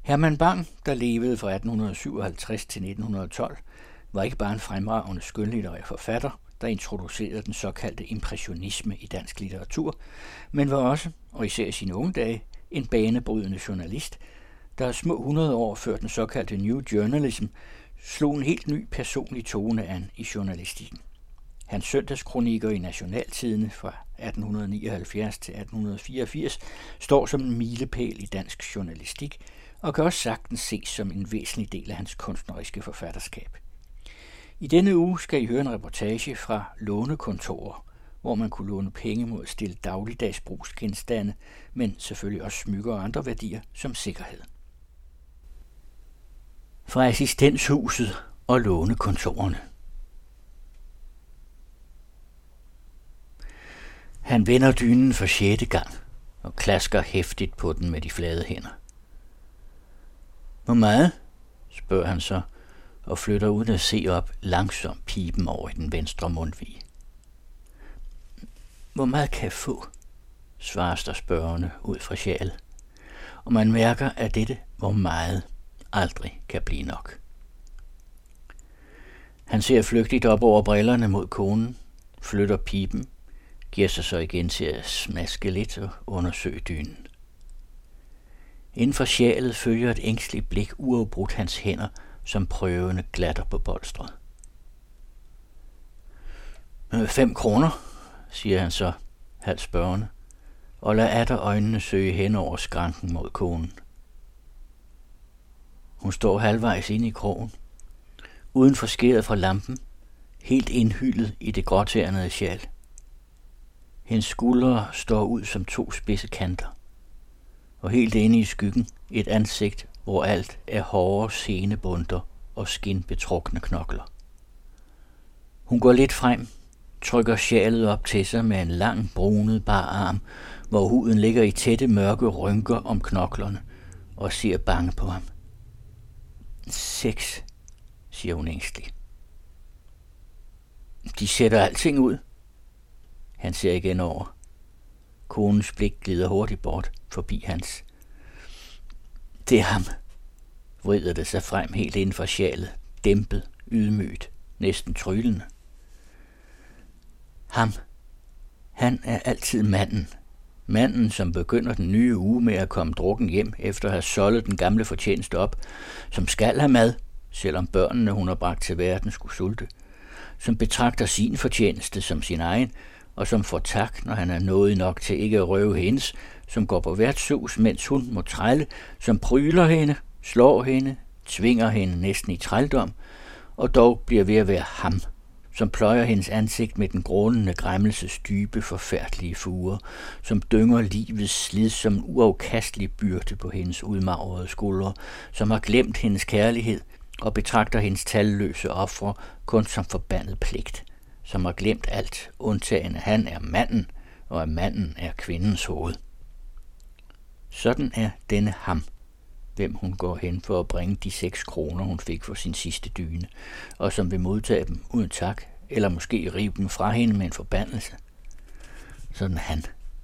Herman Bang, der levede fra 1857 til 1912, var ikke bare en fremragende skønlitterær forfatter, der introducerede den såkaldte impressionisme i dansk litteratur, men var også, og især i sine unge dage, en banebrydende journalist, der små 100 år før den såkaldte New Journalism slog en helt ny personlig tone an i journalistikken. Hans søndagskronikker i Nationaltidende fra 1879 til 1884 står som en milepæl i dansk journalistik og kan også sagtens ses som en væsentlig del af hans kunstneriske forfatterskab. I denne uge skal I høre en reportage fra lånekontorer, hvor man kunne låne penge mod at stille dagligdags brugsgenstande, men selvfølgelig også smykker og andre værdier som sikkerhed. Fra assistenshuset og lånekontorerne. Han vender dynen for 6. gang og klasker hæftigt på den med de flade hænder. Hvor meget? Spørger han så og flytter uden at se op langsomt piben over i den venstre mundvige. Hvor meget kan jeg få? Svares der spørgende ud fra sjalet, og man mærker, at dette hvor meget aldrig kan blive nok. Han ser flygtigt op over brillerne mod konen, flytter piben, giver sig så igen til at smaske lidt og undersøge dynen. Inden for sjalet følger et ængstligt blik uafbrudt hans hænder, som prøvende glatter på bolstret. 5 kroner, siger han så, halvt spørgende, og lader atter øjnene søge hen over skranken mod konen. Hun står halvvejs inde i krogen, uden for skæret fra lampen, helt indhyllet i det gråternede sjal. Hendes skuldre står ud som 2 spidse kanter, og helt inde i skyggen et ansigt, hvor alt er hårde senebunter og skinbetrukne knokler. Hun går lidt frem, trykker sjalet op til sig med en lang, brunet bar arm, hvor huden ligger i tætte mørke rynker om knoklerne, og ser bange på ham. 6, siger hun ængstelig. De sætter alting ud. Han ser igen over. Konens blik glider hurtigt bort forbi hans. Det er ham, vrider det sig frem helt inden for sjalet, dæmpet, ydmygt, næsten tryllende. Ham. Han er altid manden. Manden, som begynder den nye uge med at komme drukken hjem efter at have soldet den gamle fortjeneste op, som skal have mad, selvom børnene, hun har bragt til verden, skulle sulte, som betragter sin fortjeneste som sin egen, og som får tak, når han er nået nok til ikke at røve hendes, som går på værtshus, mens hun må trælle, som pryler hende, slår hende, tvinger hende næsten i trældom, og dog bliver ved at være ham, som pløjer hendes ansigt med den grånende græmmelses dybe, forfærdelige fuger, som dynger livets slid som en uafkastelig byrde på hendes udmagrede skuldre, som har glemt hendes kærlighed og betragter hendes talløse ofre kun som forbandet pligt, som har glemt alt, undtagen at han er manden, og at manden er kvindens hoved. Sådan er denne ham, hvem hun går hen for at bringe de 6 kroner, hun fik for sin sidste dyne, og som vil modtage dem uden tak, eller måske rive dem fra hende med en forbandelse. Sådan han.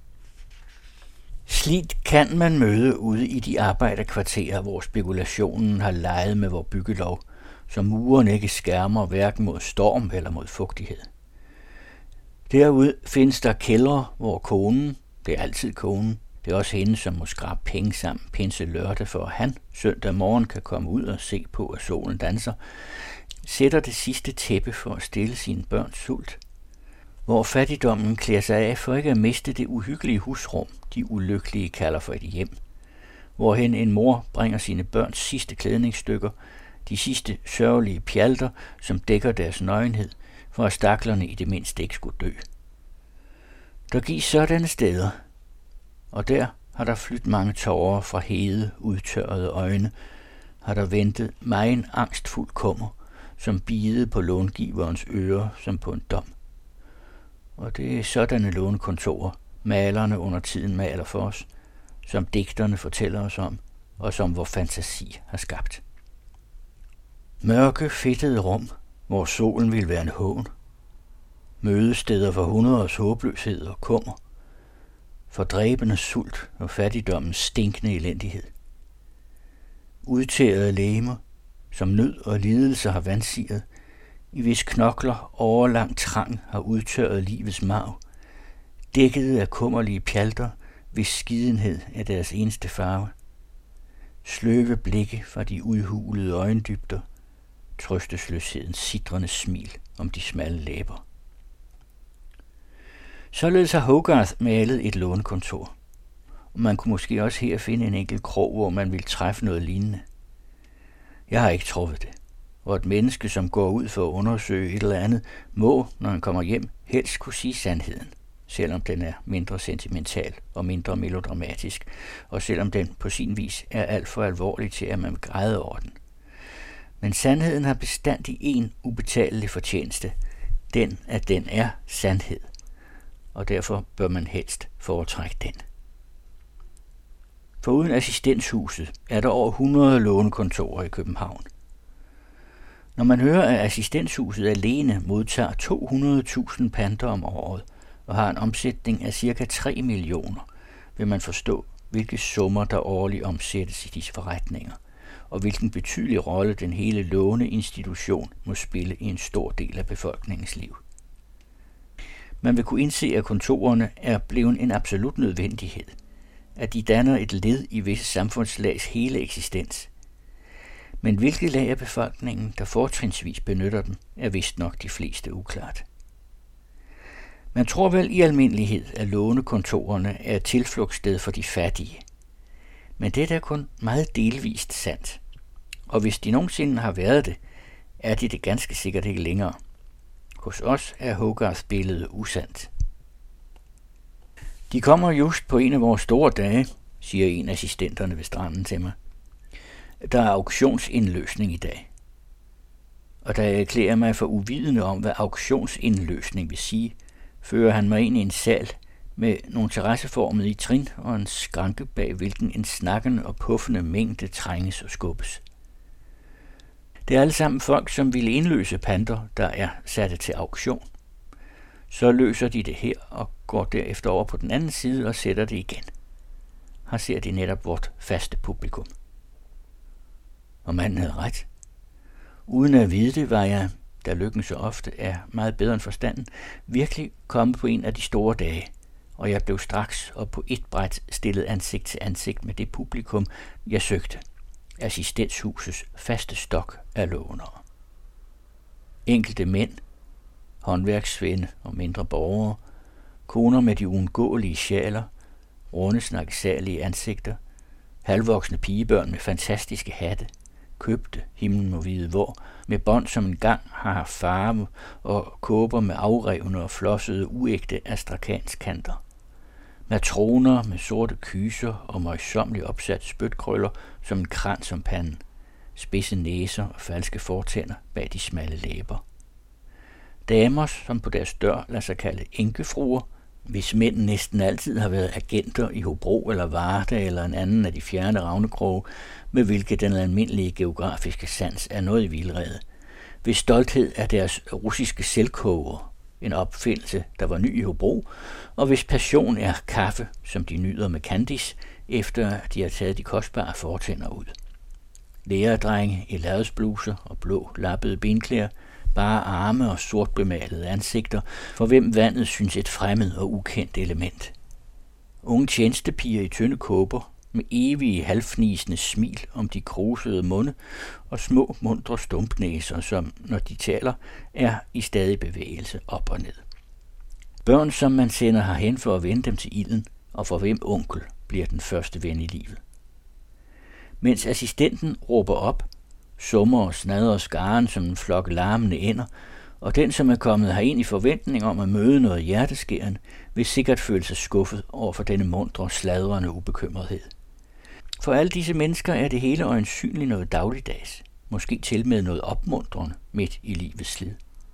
Slidt kan man møde ude i de arbejderkvarterer, hvor spekulationen har leget med vor byggelov, så murerne ikke skærmer hverken mod storm eller mod fugtighed. Derude findes der kældre, hvor konen, det er altid konen, det er også hende, som må skrabe penge sammen pinse lørdag, for at han søndag morgen kan komme ud og se på, at solen danser, sætter det sidste tæppe for at stille sine børns sult. Hvor fattigdommen klæder sig af for ikke at miste det uhyggelige husrum, de ulykkelige kalder for et hjem. Hvorhen en mor bringer sine børns sidste klædningsstykker, de sidste sørgelige pjalter, som dækker deres nøgenhed, for at staklerne i det mindste ikke skulle dø. Der gives sådanne steder, og der har der flyttet mange tårer fra hede, udtørrede øjne, har der ventet megen angstfuld kummer, som bidede på långiverens ører som på en dom. Og det er sådanne lånekontorer, malerne under tiden maler for os, som digterne fortæller os om, og som vor fantasi har skabt. Mørke, fedtede rum, hvor solen ville være en hån. Mødesteder for hundreders håbløshed og kummer. For dræbende sult og fattigdommens stinkende elendighed. udtærede legemer, som nød og lidelse har vandsiret, i hvis knokler overlang trang har udtørret livets marv, dækkede af kummerlige pjalter, hvis skidenhed er deres eneste farve. Sløve blikke fra de udhulede øjendybder, trøstesløshedens sitrende smil om de smalle læber. Således har Hogarth malet et lånekontor, og man kunne måske også her finde en enkelt krog, hvor man ville træffe noget lignende. Jeg har ikke truffet det, og et menneske, som går ud for at undersøge et eller andet, må, når han kommer hjem, helst kunne sige sandheden, selvom den er mindre sentimental og mindre melodramatisk, og selvom den på sin vis er alt for alvorlig til, at man vil græde over den. Men sandheden har bestandig en ubetalelig fortjeneste, den at den er sandhed, og derfor bør man helst foretrække den. Foruden assistenshuset er der over 100 lånekontorer i København. Når man hører, at assistenshuset alene modtager 200.000 panter om året og har en omsætning af ca. 3 millioner, vil man forstå, hvilke summer der årligt omsættes i disse forretninger, og hvilken betydelig rolle den hele låneinstitution må spille i en stor del af befolkningens liv. Man vil kunne indse, at kontorerne er blevet en absolut nødvendighed, at de danner et led i visse samfundslags hele eksistens. Men hvilket lag af befolkningen, der fortrinsvis benytter dem, er vist nok de fleste uklart. Man tror vel i almindelighed, at lånekontorerne er et tilflugtssted for de fattige. Men det er kun meget delvist sandt. Og hvis de nogensinde har været det, er de det ganske sikkert ikke længere. Hos os er Hogarths billede usandt. De kommer just på en af vores store dage, siger en af assistenterne ved stranden til mig. Der er auktionsindløsning i dag. Og da jeg erklærer mig for uvidende om, hvad auktionsindløsning vil sige, fører han mig ind i en sal med nogle terrasseformede i trin og en skranke bag hvilken en snakkende og puffende mængde trænges og skubbes. Det er alle sammen folk, som ville indløse panter, der er satte til auktion. Så løser de det her og går derefter over på den anden side og sætter det igen. Her ser de netop vort faste publikum. Og manden havde ret. Uden at vide det, var jeg, da lykken så ofte er meget bedre end forstanden, virkelig kommet på en af de store dage, og jeg blev straks og på et bræt stillet ansigt til ansigt med det publikum, jeg søgte. Assistenshusets faste stok af lånere. Enkelte mænd, håndværksvende og mindre borgere, koner med de uundgåelige sjaler, runde snakkesalige ansigter, halvvoksne pigebørn med fantastiske hatte, købte himlen må vide hvor, med bånd som engang har haft farve og kåber med afrivende og flossede uægte astrakantskanter. Matroner med sorte kyser og møjsommeligt opsat spytkrøller som en krans om panden, spidse næser og falske fortænder bag de smalle læber. Damer, som på deres dør lader sig kalde enkefruer, hvis mænd næsten altid har været agenter i Hobro eller Varde eller en anden af de fjerne ravnekroge, med hvilke den almindelige geografiske sans er noget i vildrede. Hvis stolthed er deres russiske selvkoger, en opfindelse, der var ny i Hobro, og hvis passion er kaffe, som de nyder med Candice, efter de har taget de kostbare fortænder ud. Lærerdrenge i lærredsbluser og blå lappede benklæder, bare arme og sort bemalede ansigter, for hvem vandet synes et fremmed og ukendt element. Unge tjenestepiger i tynde kåber, med evige halvfnisende smil om de krusede munde, og små mundre stumpnæser, som, når de taler, er i stadig bevægelse op og ned. Børn, som man sender herhen for at vende dem til ilden, og for hvem onkel bliver den første ven i livet. Mens assistenten råber op, summer og snadrer skaren som en flok larmende ænder, og den, som er kommet herind i forventning om at møde noget hjerteskærende, vil sikkert føle sig skuffet over for denne mundre, sladrende ubekymrethed. For alle disse mennesker er det hele øjensynligt noget dagligdags, måske til med noget opmuntrende midt i livets slid.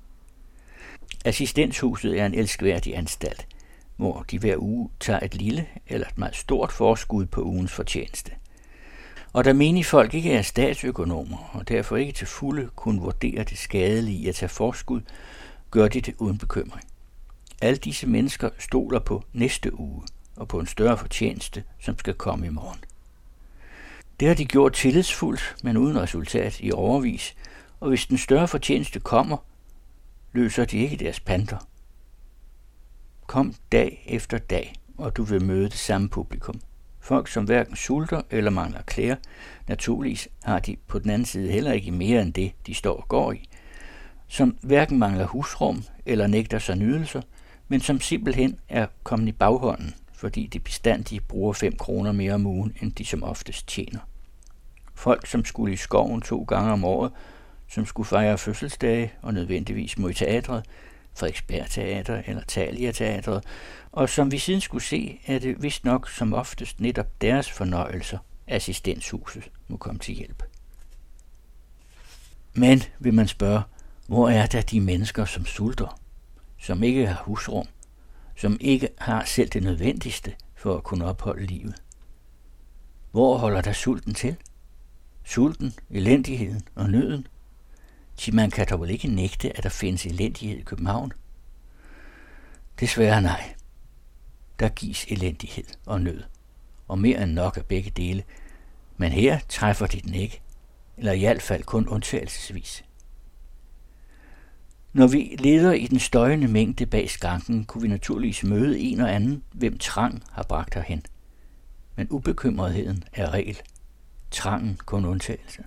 Assistenshuset er en elskværdig anstalt, hvor de hver uge tager et lille eller et meget stort forskud på ugens fortjeneste. Og da menige folk ikke er statsøkonomer og derfor ikke til fulde kunne vurdere det skadelige i at tage forskud, gør de det uden bekymring. Alle disse mennesker stoler på næste uge og på en større fortjeneste, som skal komme i morgen. Det har de gjort tillidsfuldt, men uden resultat i årevis, og hvis den større fortjeneste kommer, løser de ikke deres panter. Kom dag efter dag, og du vil møde det samme publikum. Folk, som hverken sulter eller mangler klæder, naturligvis har de på den anden side heller ikke mere end det, de står og går i, som hverken mangler husrum eller nægter sig nydelser, men som simpelthen er kommet i baghånden, fordi de bestandigt bruger 5 kroner mere om ugen, end de som oftest tjener. Folk, som skulle i skoven 2 gange om året, som skulle fejre fødselsdage og nødvendigvis må i teatret, Frederiksberg Teater eller Thalia Teatret, og som vi siden skulle se, er det vist nok som oftest netop deres fornøjelser, assistenshuset må komme til hjælp. Men, vil man spørge, hvor er der de mennesker, som sulter, som ikke har husrum, som ikke har selv det nødvendigste for at kunne opholde livet? Hvor holder der sulten til? Sulten, elendigheden og nøden? Så man kan dog vel ikke nægte, at der findes elendighed i København? Desværre nej. Der gives elendighed og nød, og mere end nok af begge dele, men her træffer de den ikke, eller i hvert fald kun undtagelsesvis. Når vi leder i den støjende mængde bag skranken, kunne vi naturligvis møde en og anden, hvem trang har bragt herhen. Men ubekymretheden er regel, trangen kun undtagelse.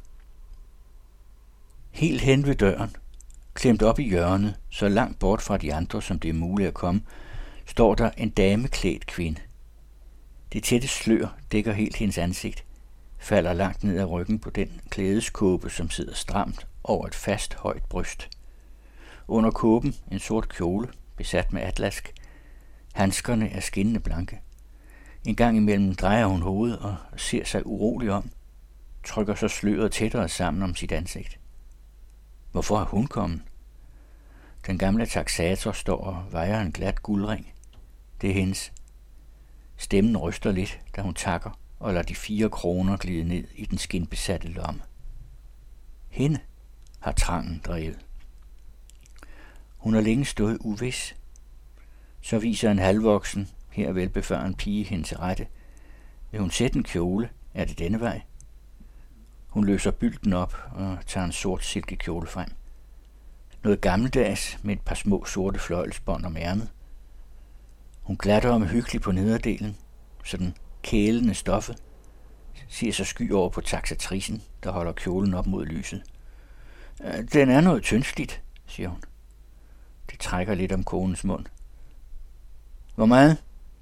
Helt hen ved døren, klemt op i hjørnet, så langt bort fra de andre, som det er muligt at komme, står der en dameklædt kvinde. Det tætte slør dækker helt hendes ansigt, falder langt ned ad ryggen på den klædeskåbe, som sidder stramt over et fast, højt bryst. Under kåben en sort kjole, besat med atlask. Handskerne er skinnende blanke. En gang imellem drejer hun hovedet og ser sig urolig om, trykker så sløret tættere sammen om sit ansigt. Hvorfor er hun kommet? Den gamle taksator står og vejer en glat guldring. Det er hendes. Stemmen ryster lidt, da hun takker og lader de 4 kroner glide ned i den skinbesatte lomme. Hende har trangen drevet. Hun har længe stået uvis. Så viser en halvvoksen, her velbefaren pige hende til rette. Vil hun sætte en kjole, er det denne vej. Hun løser bylden op og tager en sort silkekjole frem. Noget gammeldags med et par små sorte fløjelsbånd om ærmet. Hun glatter omhyggeligt på nederdelen, så den kælende stoffe ser så sky over på taksatricen, der holder kjolen op mod lyset. Den er noget tyndsligt, siger hun. Det trækker lidt om konens mund. Hvor meget?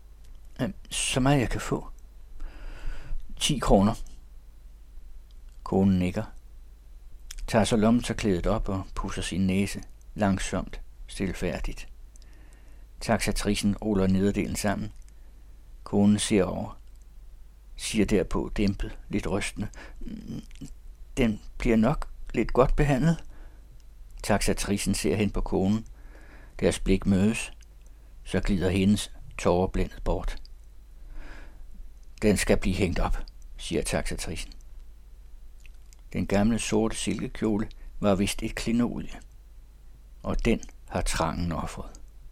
Så meget jeg kan få. 10 kroner. Konen nikker, tager så lommetørklædet op og pusser sin næse, langsomt, stilfærdigt. Taksatricen ruller nederdelen sammen. Konen ser over, siger derpå dæmpet, lidt rystende. Den bliver nok lidt godt behandlet. Taksatricen ser hen på konen. Deres blik mødes, så glider hendes tårer blændet bort. Den skal blive hængt op, siger taksatricen. Den gamle sorte silkekjole var vist et klinodie, og den har trangen offret.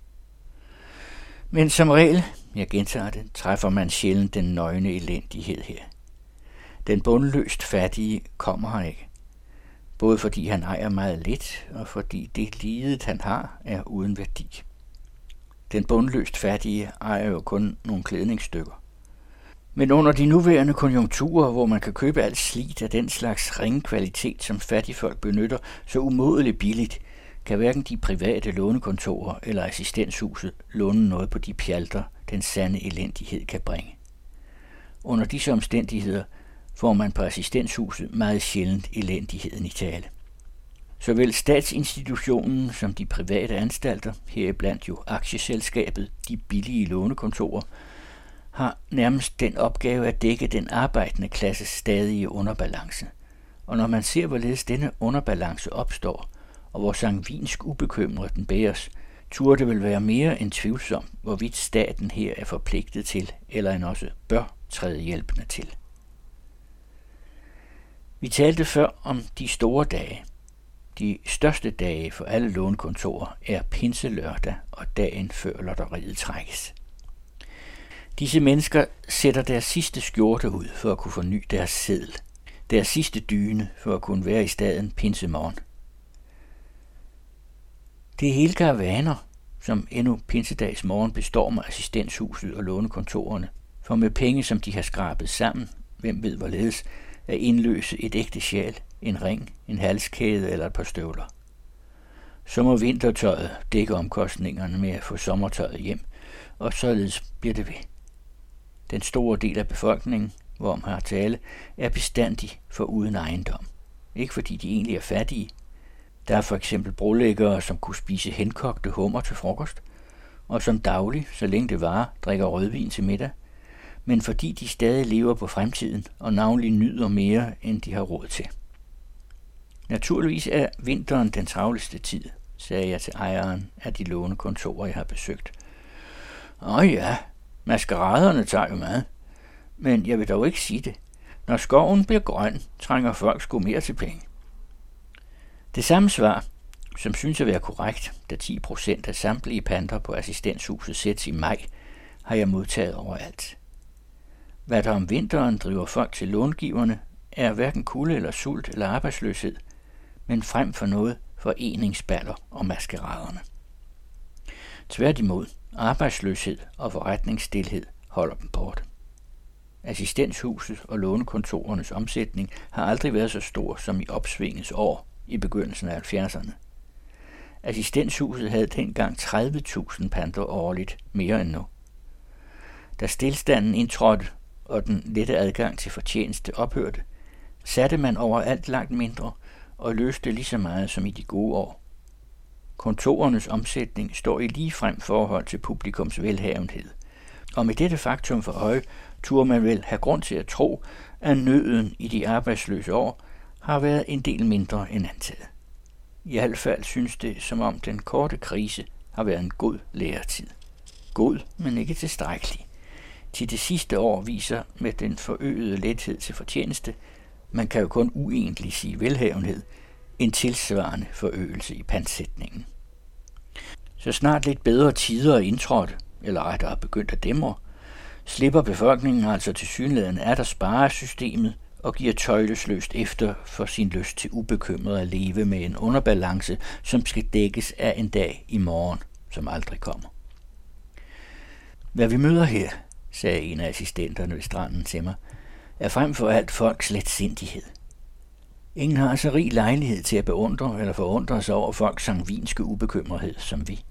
Men som regel, jeg gentager det, træffer man sjældent den nøgne elendighed her. Den bundløst fattige kommer her ikke, både fordi han ejer meget lidt, og fordi det lidet han har er uden værdi. Den bundløst fattige ejer jo kun nogle klædningsstykker. Men under de nuværende konjunkturer, hvor man kan købe alt slidt af den slags ringe kvalitet, som fattigfolk benytter så umådeligt billigt, kan hverken de private lånekontorer eller assistenshuset låne noget på de pjalter, den sande elendighed kan bringe. Under disse omstændigheder får man på assistenshuset meget sjældent elendigheden i tale. Såvel statsinstitutionen som de private anstalter, heriblandt jo aktieselskabet, de billige lånekontorer, har nærmest den opgave at dække den arbejdende klasses stadige underbalance. Og når man ser, hvorledes denne underbalance opstår, og hvor sangvinsk ubekymret den bæres, turde det vel være mere end tvivlsomt, hvorvidt staten her er forpligtet til, eller end også bør træde hjælpende til. Vi talte før om de store dage. De største dage for alle lånekontorer er pinselørdag og dagen før lotteriet trækkes. Disse mennesker sætter deres sidste skjorte ud for at kunne forny deres seddel, deres sidste dyne for at kunne være i staden pinsemorgen. Det er hele karavaner, som endnu pinsedags morgen bestormer assistenshuset og lånekontorerne, for med penge, som de har skrabet sammen, hvem ved hvorledes, at indløse et ægte sjal, en ring, en halskæde eller et par støvler. Så må vintertøjet dække omkostningerne med at få sommertøjet hjem, og således bliver det ved. Den store del af befolkningen, hvorom her tale, er bestandig for uden ejendom. Ikke fordi de egentlig er fattige. Der er for eksempel brolæggere, som kunne spise henkogte hummer til frokost, og som daglig, så længe det varer, drikker rødvin til middag, men fordi de stadig lever på fremtiden og navnlig nyder mere, end de har råd til. Naturligvis er vinteren den travleste tid, sagde jeg til ejeren af de lånekontorer, jeg har besøgt. Ja, maskeraderne tager jo meget, men jeg vil dog ikke sige det. Når skoven bliver grøn, trænger folk sgu mere til penge. Det samme svar, som synes at være korrekt, da 10% af samtlige panter på assistenshuset sættes i maj, har jeg modtaget overalt. Hvad der om vinteren driver folk til långiverne, er hverken kulde eller sult eller arbejdsløshed, men frem for noget foreningsballer og maskeraderne. Tværtimod, arbejdsløshed og forretningsstilhed holder dem borte. Assistenshuset og lånekontorernes omsætning har aldrig været så stor som i opsvingets år i begyndelsen af 70'erne. Assistenshuset havde dengang 30.000 panter årligt, mere end nu. Da stilstanden indtrådte og den lette adgang til fortjeneste ophørte, satte man overalt langt mindre og løste lige så meget som i de gode år. Kontorernes omsætning står i ligefrem forhold til publikums velhavenhed, og med dette faktum for øje turde man vel have grund til at tro, at nøden i de arbejdsløse år har været en del mindre end antaget. I hvert fald synes det, som om den korte krise har været en god læretid. God, men ikke tilstrækkelig. Til det sidste år viser med den forøgede lethed til fortjeneste, man kan jo kun uegentligt sige velhavenhed, en tilsvarende forøgelse i pantsætningen. Så snart lidt bedre tider er indtrådt, eller rettere begyndt at dæmre, slipper befolkningen altså tilsyneladende af der sparesystemet og giver tøjlesløst efter for sin lyst til ubekymret at leve med en underbalance, som skal dækkes af en dag i morgen, som aldrig kommer. Hvad vi møder her, sagde en af assistenterne ved stranden til mig, er frem for alt folks letsindighed. Ingen har så rig lejlighed til at beundre eller forundre sig over folks sangvinske ubekymrethed som vi.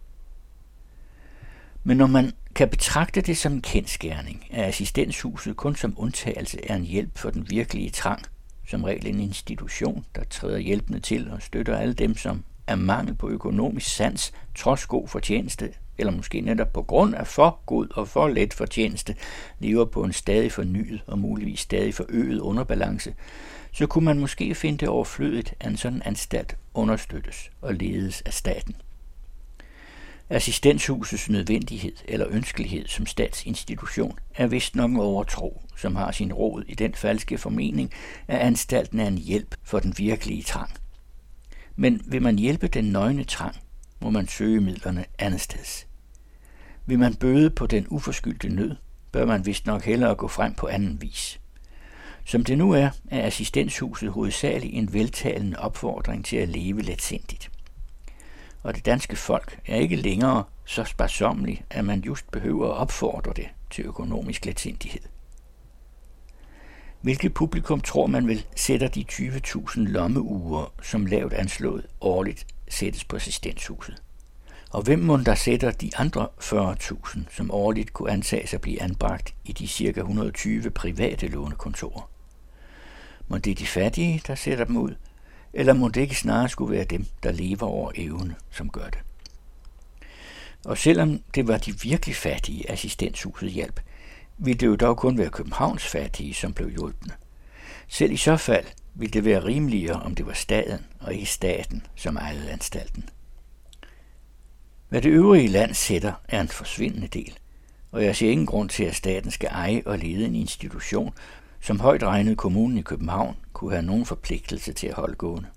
Men når man kan betragte det som en kendsgerning, at assistenshuset kun som undtagelse er en hjælp for den virkelige trang, som regel en institution, der træder hjælpende til og støtter alle dem, som af mangel på økonomisk sans, trods god fortjeneste, eller måske netop på grund af for god og for let fortjeneste, lever på en stadig fornyet og muligvis stadig forøget underbalance, så kunne man måske finde det overflødigt, at en sådan anstalt understøttes og ledes af staten. Assistenshusets nødvendighed eller ønskelighed som statsinstitution er vist nok en overtro, som har sin rod i den falske formening, at anstalten er en hjælp for den virkelige trang. Men vil man hjælpe den nøgne trang, må man søge midlerne andetsteds. Vil man bøde på den uforskyldte nød, bør man vist nok hellere gå frem på anden vis. Som det nu er assistenshuset hovedsageligt en veltalende opfordring til at leve letsindigt. Og det danske folk er ikke længere så sparsommeligt, at man just behøver at opfordre det til økonomisk letsindighed. Hvilket publikum tror man vel sætter de 20.000 lommeuger, som lavt anslået årligt sættes på assistenshuset? Og hvem må der sætter de andre 40.000, som årligt kunne antages at blive anbragt i de ca. 120 private lånekontorer? Må det de fattige, der sætter dem ud? Eller må det ikke snarere skulle være dem, der lever over evne, som gør det? Og selvom det var de virkelig fattige, assistenshuset hjalp, ville det jo dog kun være Københavns fattige, som blev hjulpne. Selv i så fald ville det være rimeligere, om det var staten og ikke staten, som ejede anstalten. Hvad det øvrige land sætter, er en forsvindende del, og jeg ser ingen grund til, at staten skal eje og lede en institution, som højt regnet kommunen i København kunne have nogen forpligtelse til at holde gående.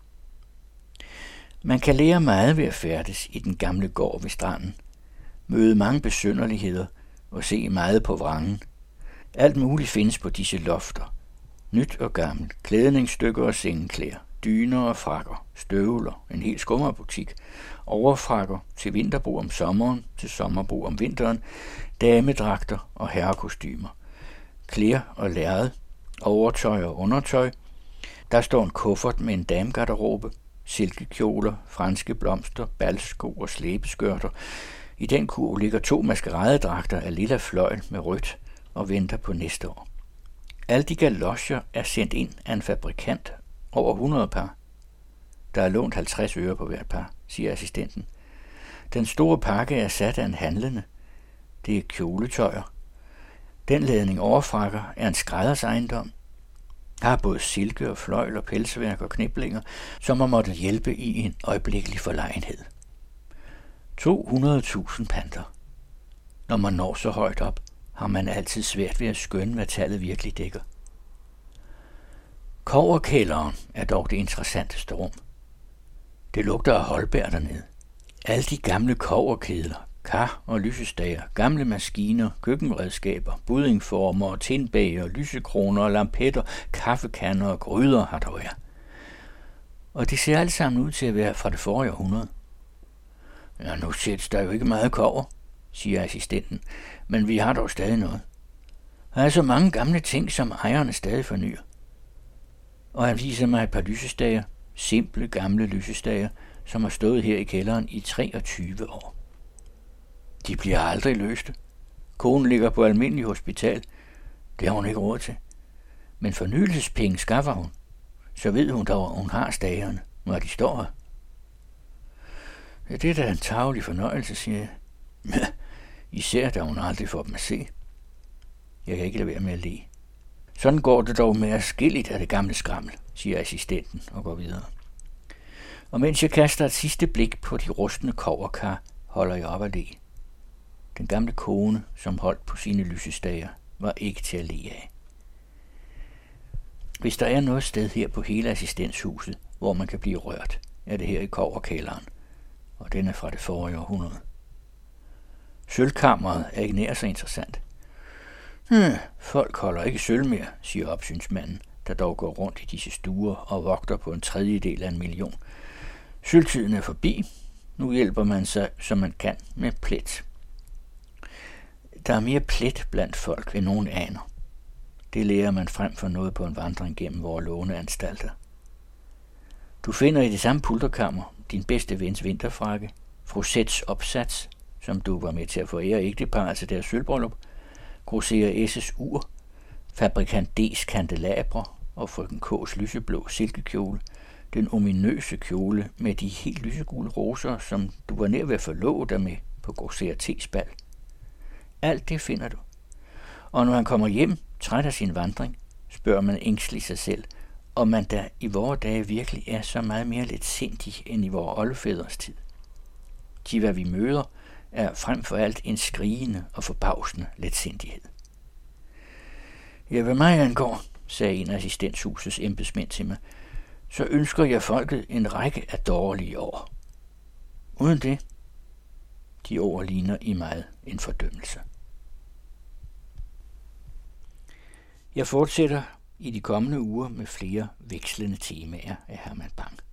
Man kan lære meget ved at færdes i den gamle gård ved stranden, møde mange besynderligheder og se meget på vrangen. Alt muligt findes på disse lofter. Nyt og gammelt, klædningsstykker og sengeklæder, dyner og frakker, støvler, en hel skummerbutik, overfrakker til vinterbrug om sommeren, til sommerbrug om vinteren, damedragter og herrekostymer, klæder og lærred, overtøj og undertøj. Der står en kuffert med en damegarderobe, silkekjoler, franske blomster, balsko og slæbeskørter. I den kurv ligger 2 maskeradedragter af lilla fløjl med rødt og venter på næste år. Alle de galocher er sendt ind af en fabrikant, over 100 par. Der er lånt 50 øre på hvert par, siger assistenten. Den store pakke er sat af en handlende. Det er kjoletøjer. Den ladning overfrakker er en skrædders ejendom. Der er både silke og fløjl og pelsværk og kniblinger, som har måttet hjælpe i en øjeblikkelig forlegenhed. 200.000 panter. Når man når så højt op, har man altid svært ved at skønne, hvad tallet virkelig dækker. Kobberkælderen er dog det interessanteste rum. Det lugter af Holberg dernede. Alle de gamle kobberkedler, kar og lysestager, gamle maskiner, køkkenredskaber, buddingformer og tindbager, lysekroner og lampetter, kaffekanner og gryder har der været. Og de ser alle sammen ud til at være fra det forrige århundrede. Ja, nu sættes der jo ikke meget kobber, siger assistenten, men vi har dog stadig noget. Der er så mange gamle ting, som ejerne stadig fornyer. Og han viser mig et par lysestager, simple gamle lysestager, som har stået her i kælderen i 23 år. De bliver aldrig løste. Konen ligger på almindelig hospital. Det har hun ikke råd til. Men fornyelsespenge skaffer hun. Så ved hun dog, at hun har stagerne, når de står her. Ja, det er da en tarvelig fornøjelse, siger jeg. Især da hun aldrig får dem at se. Jeg kan ikke lade være med at le. Sådan går det dog med adskilligt af det gamle skrammel, siger assistenten og går videre. Og mens jeg kaster et sidste blik på de rustne kobberkar, holder jeg op at le. Den gamle kone, som holdt på sine lysestager, var ikke til at le af. Hvis der er noget sted her på hele assistenshuset, hvor man kan blive rørt, er det her i kobberkælderen, og den er fra det forrige århundrede. Sølvkammeret er ikke nær så interessant. Folk holder ikke sølv mere, siger opsynsmanden, der dog går rundt i disse stuer og vogter på 1/3 af 1 million. Sølvtiden er forbi. Nu hjælper man sig, som man kan, med plet. Der er mere plet blandt folk, end nogen aner. Det lærer man frem for noget på en vandring gennem vores låneanstalter. Du finder i det samme pulterkammer din bedste vens vinterfrakke, fru Z's opsats, som du var med til at forære ægteparret til deres sølvbryllup, grosserer S.'s ur, fabrikant D's kandelabre og frøken K's lyseblå silkekjole, den ominøse kjole med de helt lysegule roser, som du var nær ved at forlove dig med på grosserer T's bal. Alt det finder du. Og når han kommer hjem, træt af sin vandring, spørger man ængstligt sig selv, om man da i vore dage virkelig er så meget mere letsindig end i vore oldefædres tid. De, hvad vi møder, er frem for alt en skrigende og forbavsende letsindighed. Ja, hvad mig angår, sagde en af assistenshusets embedsmænd til mig, så ønsker jeg folket en række af dårlige år. Uden det, de ord ligner i meget en fordømmelse. Jeg fortsætter i de kommende uger med flere vekslende temaer af Herman Bang.